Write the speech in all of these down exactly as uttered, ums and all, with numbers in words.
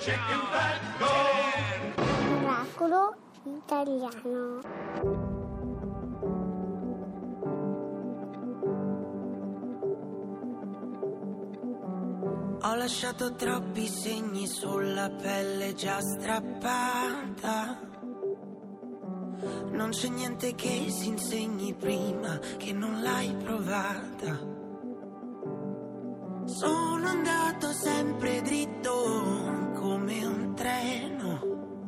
chicken fat, go! Oracolo italiano. Ho lasciato troppi segni sulla pelle già strappata. Non c'è niente che si insegni prima che non l'hai provata. Sono andato sempre dritto come un treno.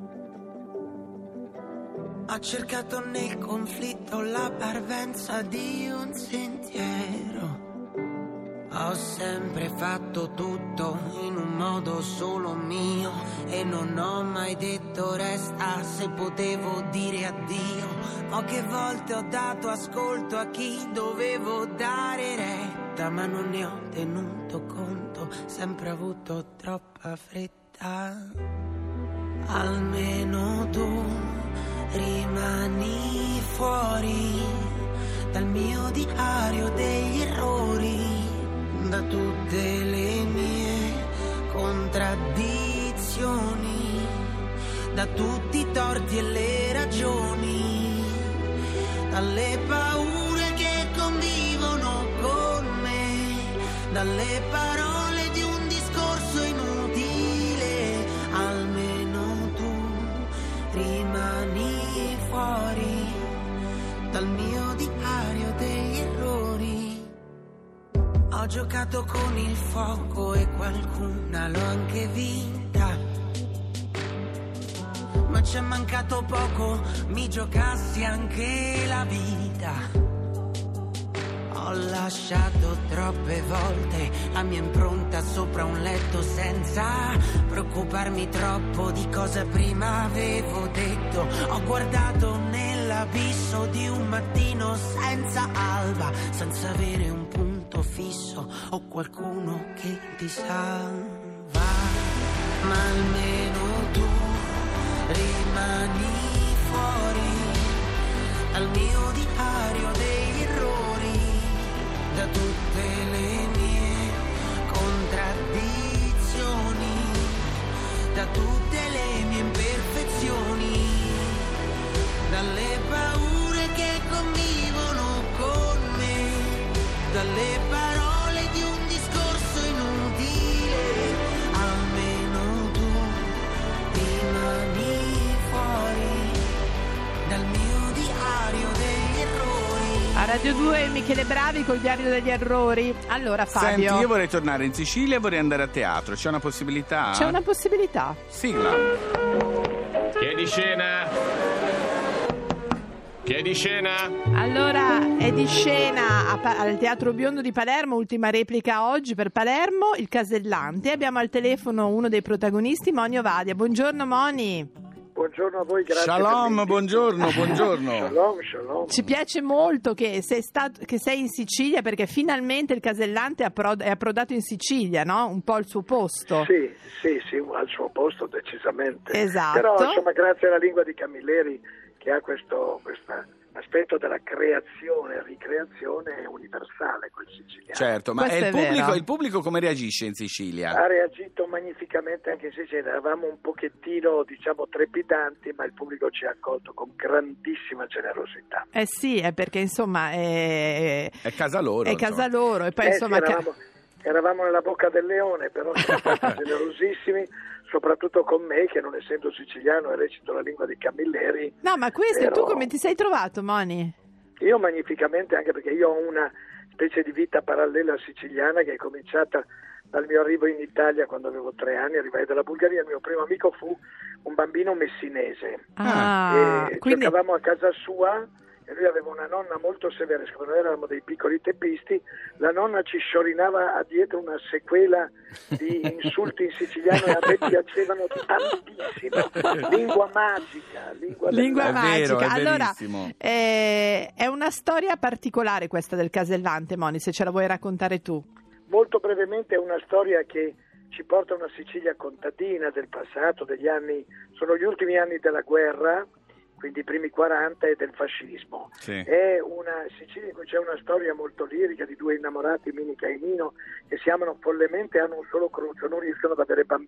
Ho cercato nel conflitto la parvenza di un sentiero. Ho sempre fatto tutto in un modo solo mio e non ho mai detto resta se potevo dire addio. Poche volte ho dato ascolto a chi dovevo dare retta, ma non ne ho tenuto conto, sempre avuto troppa fretta. Almeno tu rimani fuori dal mio diario degli errori, da tutte le mie contraddizioni, da tutti i torti e le ragioni, dalle paure che convivono con me, dalle parole di un discorso inutile. Almeno tu rimani fuori dal mio diario degli errori. Ho giocato con il fuoco e qualcuna l'ho anche vinta, ma c'è mancato poco, mi giocassi anche la vita. Ho lasciato troppe volte la mia impronta sopra un letto senza preoccuparmi troppo di cosa prima avevo detto. Ho guardato nell'abisso di un mattino senza alba, senza avere un punto fisso o qualcuno che ti salva. Ma almeno tu rimani fuori dal mio diario degli errori, da tutte le mie contraddizioni, da tutte le mie imperfezioni, dalle paure che convivono con me, dalle parole di un discorso inutile. Almeno tu rimani fuori dal mio diario degli errori. A Radio due Michele Bravi col diario degli errori. Allora Fabio, senti, io vorrei tornare in Sicilia e vorrei andare a teatro. C'è una possibilità? c'è una possibilità. Sigla. Chiedi scena. Chiedi scena. Allora è di scena a Pa- al Teatro Biondo di Palermo, ultima replica oggi per Palermo, Il Casellante. Abbiamo al telefono uno dei protagonisti, Moni Ovadia. Buongiorno Moni. Buongiorno a voi, grazie. Shalom, buongiorno, buongiorno. Shalom, shalom. Ci piace molto che sei, stato, che sei in Sicilia, perché finalmente Il Casellante è, appro- è approdato in Sicilia, no? Un po' al suo posto. Sì, sì, sì, al suo posto decisamente. Esatto. Però insomma grazie alla lingua di Camilleri, che ha questo aspetto della creazione, ricreazione universale, quel siciliano. Certo, ma Questo è il, è pubblico, vero. il pubblico come reagisce in Sicilia? Ha reagito magnificamente anche in Sicilia, eravamo un pochettino, diciamo, trepidanti, ma il pubblico ci ha accolto con grandissima generosità. Eh sì, è perché insomma è, È casa loro. è casa insomma. loro e poi Eh, insomma sì, eravamo, eravamo nella bocca del leone, però siamo stati generosissimi, soprattutto con me, che non essendo siciliano e recito la lingua di Camilleri. No, ma questo, Però- tu come ti sei trovato, Moni? Io magnificamente, anche perché io ho una specie di vita parallela siciliana che è cominciata dal mio arrivo in Italia quando avevo tre anni, arrivai dalla Bulgaria. Il mio primo amico fu un bambino messinese. Ah, e quindi giocavamo a casa sua e lui aveva una nonna molto severa, siccome noi eravamo dei piccoli teppisti, la nonna ci sciorinava a dietro una sequela di insulti in siciliano e a me piacevano tantissimo. Lingua magica, lingua, lingua È del... vero, magica. è Allora, verissimo. eh, è una storia particolare questa del Casellante, Moni, se ce la vuoi raccontare tu. Molto brevemente è una storia che ci porta a una Sicilia contadina del passato, degli anni, sono gli ultimi anni della guerra, quindi i primi quaranta, e del fascismo. Sì. È una Sicilia in cui c'è una storia molto lirica di due innamorati, Minica e Nino, che si amano follemente e hanno un solo cruccio, non riescono ad avere bambini.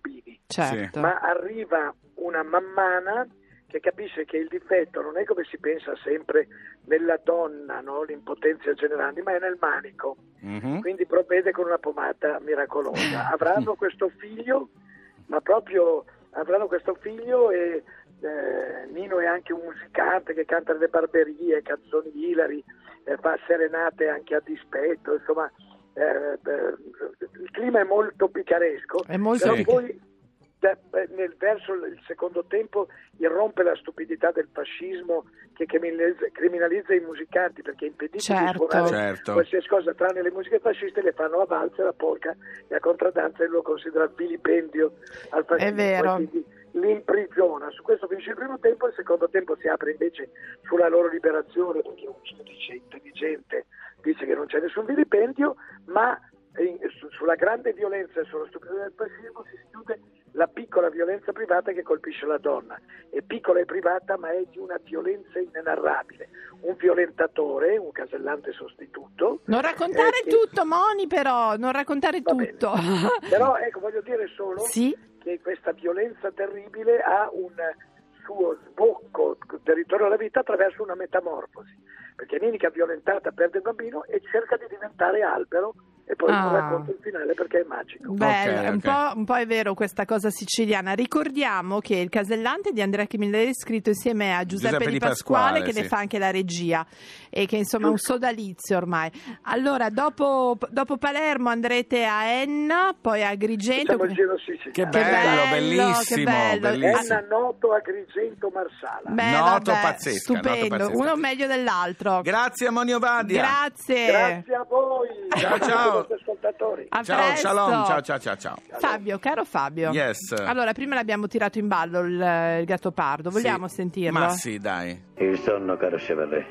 Certo. ma arriva una mammana che capisce che il difetto non è come si pensa sempre nella donna, no? L'impotenza generale, ma è nel manico. Mm-hmm. Quindi provvede con una pomata miracolosa. Avranno questo figlio, ma proprio avranno questo figlio e eh, Nino è anche un musicante che canta le barberie, canzoni ilari, eh, fa serenate anche a dispetto, insomma eh, eh, il clima è molto picaresco, è molto però sì. poi da, nel verso il secondo tempo irrompe la stupidità del fascismo che criminalizza, criminalizza i musicanti perché impedisce certo. di suonare certo. qualsiasi cosa tranne le musiche fasciste, le fanno a valzer, a polka e a contraddanza e lo considera vilipendio al fascismo. È vero. Quindi l'imprigiona. Su questo finisce il primo tempo, il secondo tempo si apre invece sulla loro liberazione perché un giudice intelligente dice che non c'è nessun vilipendio, ma in, su, sulla grande violenza e sulla stupidità del fascismo si chiude la piccola violenza privata che colpisce la donna. È piccola e privata, ma è di una violenza inenarrabile. Un violentatore, un casellante sostituto. Non raccontare eh, che... tutto, Moni, però, non raccontare Va tutto. Però ecco, voglio dire solo sì? che questa violenza terribile ha un suo sbocco del ritorno alla vita attraverso una metamorfosi, perché Ninica violentata perde il bambino e cerca di diventare albero e poi ah. non racconta il finale perché è magico. Bello, okay, un, okay. po', un po' è vero questa cosa siciliana. Ricordiamo che il casellante di Andrea Camilleri è scritto insieme a Giuseppe, Giuseppe Di Di Pasquale, Pasquale, che sì. ne fa anche la regia e che insomma è un sodalizio ormai. Allora dopo, dopo Palermo andrete a Enna, poi a Agrigento. Facciamo il giro siciliano. Che Che bello, bello, bellissimo, che bello. bellissimo. Enna, Noto, Agrigento, Marsala. Beh, Noto, vabbè, pazzesca, stupendo, noto pazzesca. uno meglio dell'altro. Grazie Monio Vadia. Grazie. Grazie a voi. Ciao, Grazie ciao. ai vostri ascoltatori. A Ciao, presto. shalom, ciao ciao ciao ciao. Fabio, caro Fabio. Yes. Allora, prima l'abbiamo tirato in ballo il, il Gattopardo, vogliamo Sì. sentirlo? Ma sì, dai. Il sonno, caro Chevalier.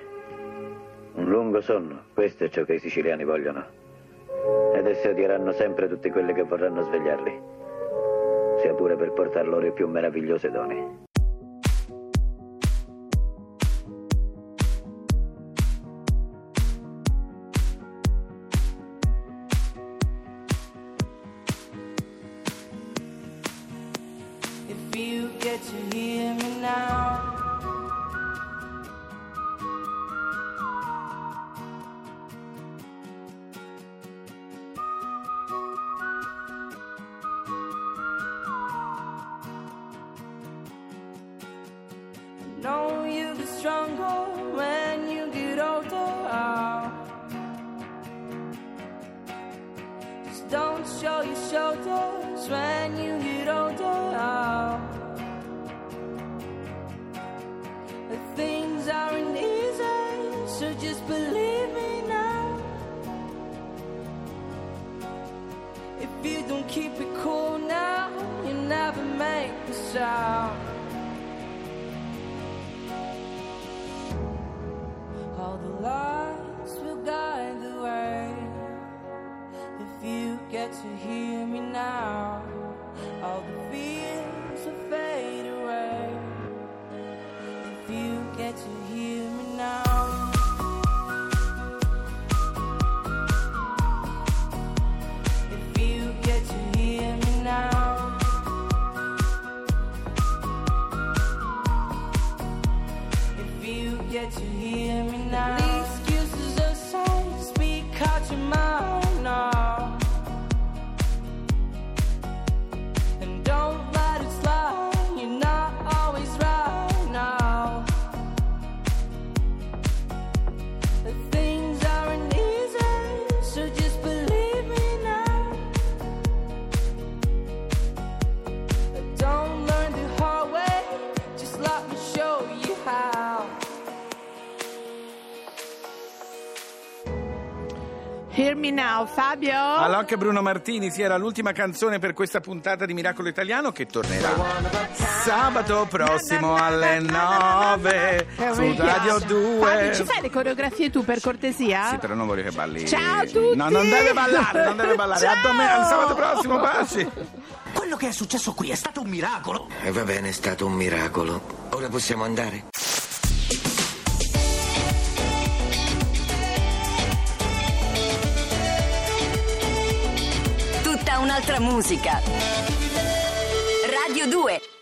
Un lungo sonno, questo è ciò che i siciliani vogliono. Ed essi odieranno sempre tutti quelli che vorranno svegliarli, sia pure per portar loro i più meravigliosi doni. If you get to hear me now, I know you get stronger when you get older. Just don't show your shoulders when you get older. Things aren't easy, so just believe me now. If you don't keep it cool now, you never make the sound. All the lights will guide the way. If you get to hear me now, all the fears will fade away. If you get to hear me now, if you get to hear me now, if you get to hear me now, the excuses aside, speak out your mind now, and don't let it slide. You're not always right now. The things aren't easy, so just believe me now. Don't learn the hard way, just let me show you how. Hear me now, Fabio. Allora anche Bruno Martini, sì, era l'ultima canzone per questa puntata di Miracolo Italiano che tornerà sabato prossimo alle nove su Radio due. Fabio, ci fai le coreografie tu per cortesia? Sì, però non voglio che balli. Ciao a tutti. No, non deve ballare, non deve ballare. A Ciao. domenica, sabato prossimo, baci. Quello che è successo qui è stato un miracolo. E va bene, è stato un miracolo. Ora possiamo andare? Tutta un'altra musica. Radio due.